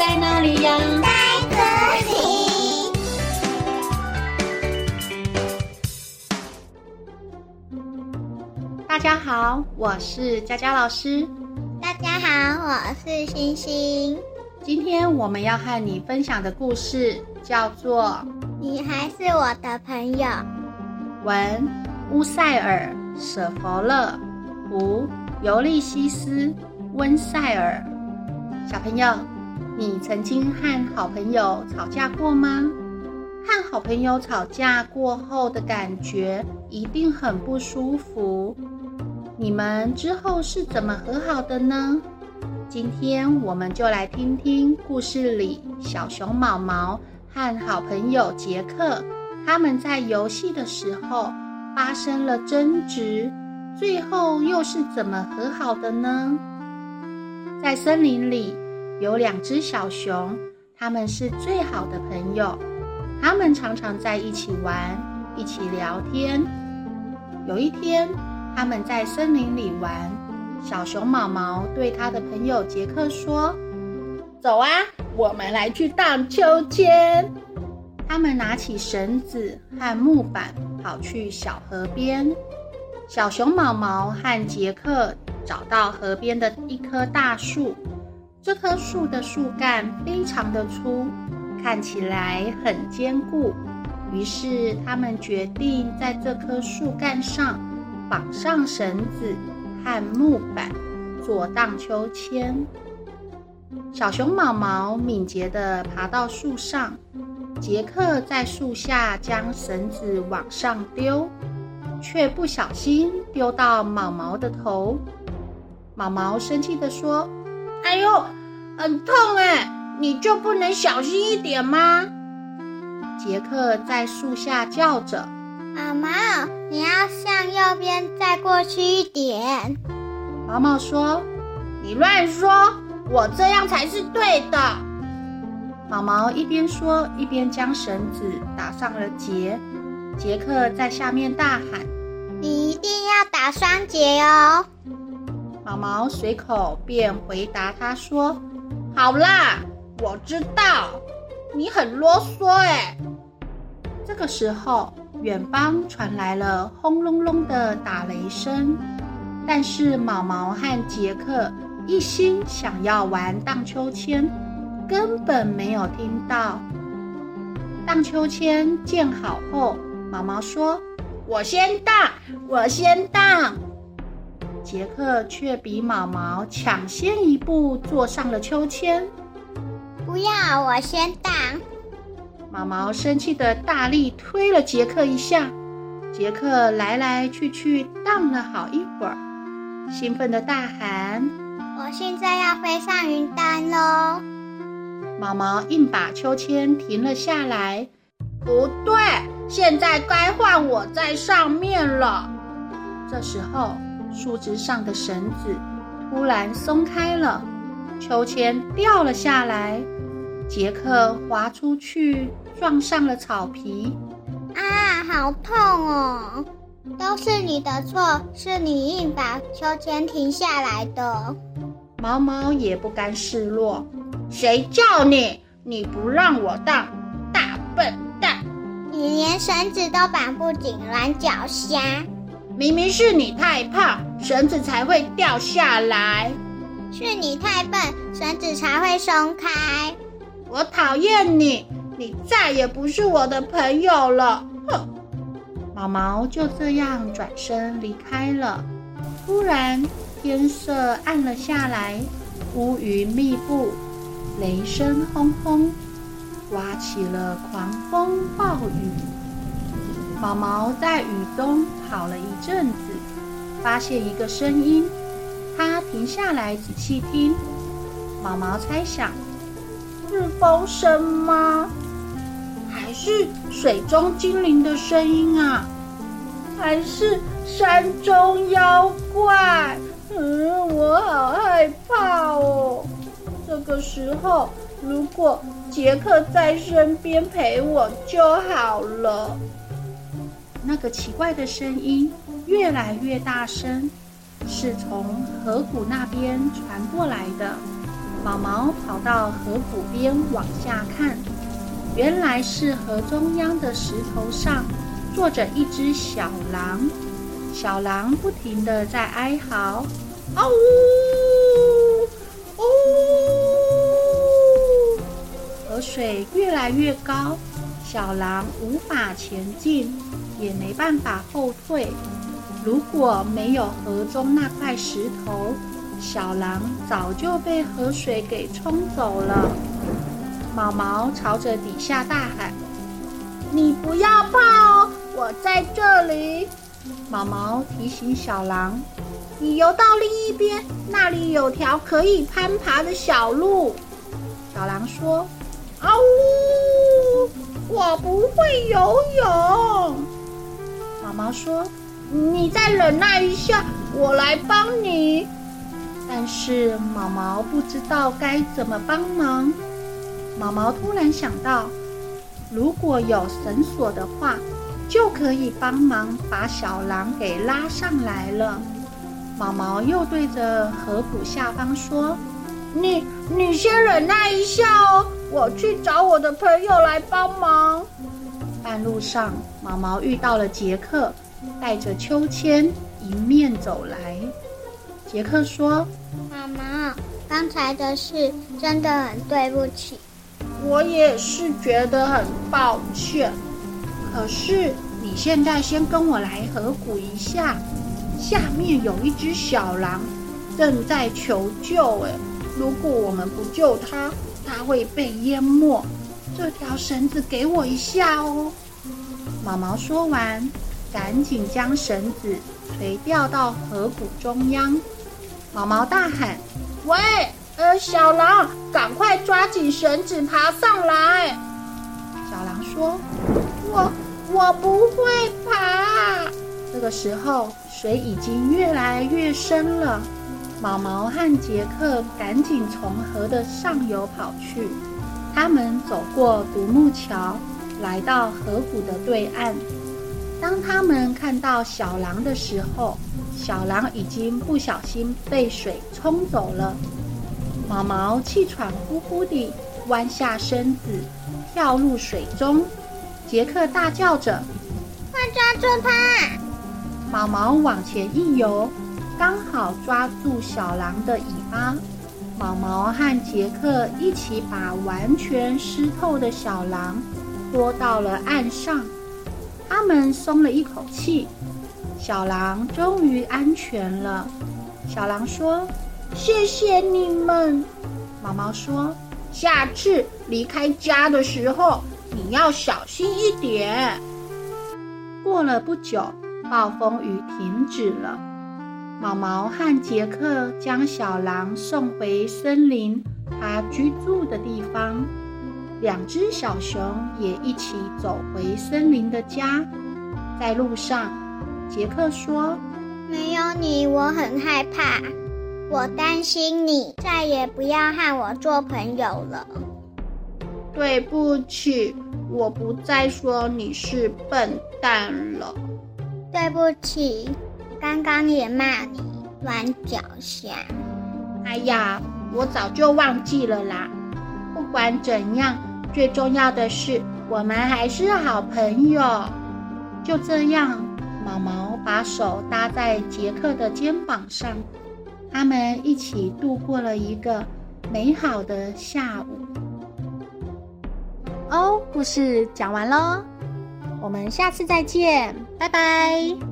在哪里呀？ 在这里。 大家好，我是佳佳老师。 大家好，我是星星。 今天我们要和你分享的故事叫做《 你还是我的朋友》。 文乌塞尔·舍佛勒，图尤利西斯·温塞尔。小朋友，你曾经和好朋友吵架过吗？和好朋友吵架过后的感觉一定很不舒服。你们之后是怎么和好的呢？今天我们就来听听故事里小熊毛毛和好朋友杰克他们在游戏的时候发生了争执，最后又是怎么和好的呢？在森林里有2只小熊，他们是最好的朋友，他们常常在一起玩，一起聊天。有一天，他们在森林里玩，小熊毛毛对他的朋友杰克说：走啊，我们来去荡秋千。他们拿起绳子和木板跑去小河边。小熊毛毛和杰克找到河边的一棵大树，这棵树的树干非常的粗，看起来很坚固。于是他们决定在这棵树干上绑上绳子和木板做荡秋千。小熊毛毛敏捷地爬到树上，杰克在树下将绳子往上丢，却不小心丢到毛毛的头。毛毛生气地说：哎呦，很痛耶，你就不能小心一点吗？杰克在树下叫着： 毛毛，你要向右边再过去一点。 毛毛说：你乱说，我这样才是对的。毛毛一边说一边将绳子打上了结。杰克在下面大喊： 你一定要打双结哦。 毛毛随口便回答他说：好啦，我知道，你很啰嗦耶。这个时候，远方传来了轰隆隆的打雷声，但是毛毛和杰克一心想要玩荡秋千，根本没有听到。荡秋千建好后，毛毛说：我先荡，我先荡。杰克却比毛毛抢先一步坐上了秋千。 不要，我先荡。 毛毛生气地大力推了杰克一下，杰克来来去去荡了好一会儿，兴奋地大喊： 我现在要飞上云端咯。 毛毛硬把秋千停了下来。不对，现在该换我在上面了。这时候，树枝上的绳子突然松开了，秋千掉了下来，杰克滑出去，撞上了草皮。 啊，好痛哦！都是你的错，是你硬把秋千停下来的。 毛毛也不甘示弱：谁叫你？你不让我荡，大笨蛋！ 你连绳子都绑不紧，软脚虾！ 明明是你太胖，绳子才会掉下来。 是你太笨，绳子才会松开。 我讨厌你，你再也不是我的朋友了。哼！毛毛就这样转身离开了。突然，天色暗了下来，乌云密布，雷声轰轰，刮起了狂风暴雨。毛毛在雨中跑了一阵子，发现一个声音，他停下来仔细听。毛毛猜想，是风声吗？还是水中精灵的声音啊？还是山中妖怪？我好害怕哦。这个时候，如果杰克在身边陪我就好了。那个奇怪的声音越来越大声，是从河谷那边传过来的。 毛毛跑到河谷边往下看，原来是河中央的石头上坐着一只小狼，小狼不停地在哀嚎，嗷呜，呜！河水越来越高，小狼无法前进，也没办法后退。如果没有河中那块石头，小狼早就被河水给冲走了。毛毛朝着底下大喊：“你不要怕哦，我在这里。”毛毛提醒小狼：“你游到另一边，那里有条可以攀爬的小路。”小狼说：“嗷呜，我不会游泳。”毛毛说：“你再忍耐一下，我来帮你。”但是毛毛不知道该怎么帮忙。毛毛突然想到，如果有绳索的话，就可以帮忙把小狼给拉上来了。毛毛又对着河谷下方说：“你先忍耐一下哦，我去找我的朋友来帮忙。”半路上，毛毛遇到了杰克，带着秋千迎面走来。杰克说：“ 妈妈，刚才的事真的很对不起。” 我也是觉得很抱歉。可是你现在先跟我来河谷一下，下面有一只小狼正在求救。如果我们不救它，它会被淹没。这条绳子给我一下哦。毛毛说完，赶紧将绳子垂吊到河谷中央。毛毛大喊：“喂，小狼，赶快抓紧绳子爬上来！”小狼说：“我不会爬。”这个时候，水已经越来越深了。毛毛和杰克赶紧从河的上游跑去。他们走过独木桥，来到河谷的对岸。当他们看到小狼的时候，小狼已经不小心被水冲走了。毛毛气喘呼呼地弯下身子，跳入水中。杰克大叫着：“ 快抓住它！” 毛毛往前一游，刚好抓住小狼的尾巴。毛毛和杰克一起把完全湿透的小狼拖到了岸上。他们松了一口气，小狼终于安全了。小狼说：“谢谢你们。”毛毛说：“下次离开家的时候，你要小心一点。”过了不久，暴风雨停止了。毛毛和杰克将小狼送回森林他居住的地方。两只小熊也一起走回森林的家。在路上，杰克说：“ 没有你，我很害怕。我担心你再也不要和我做朋友了。” 对不起，我不再说你是笨蛋了。 对不起，刚刚也骂你软脚虾。 哎呀，我早就忘记了啦。不管怎样，最重要的是我们还是好朋友。就这样，毛毛把手搭在杰克的肩膀上，他们一起度过了一个美好的下午。故事讲完咯，我们下次再见，拜拜。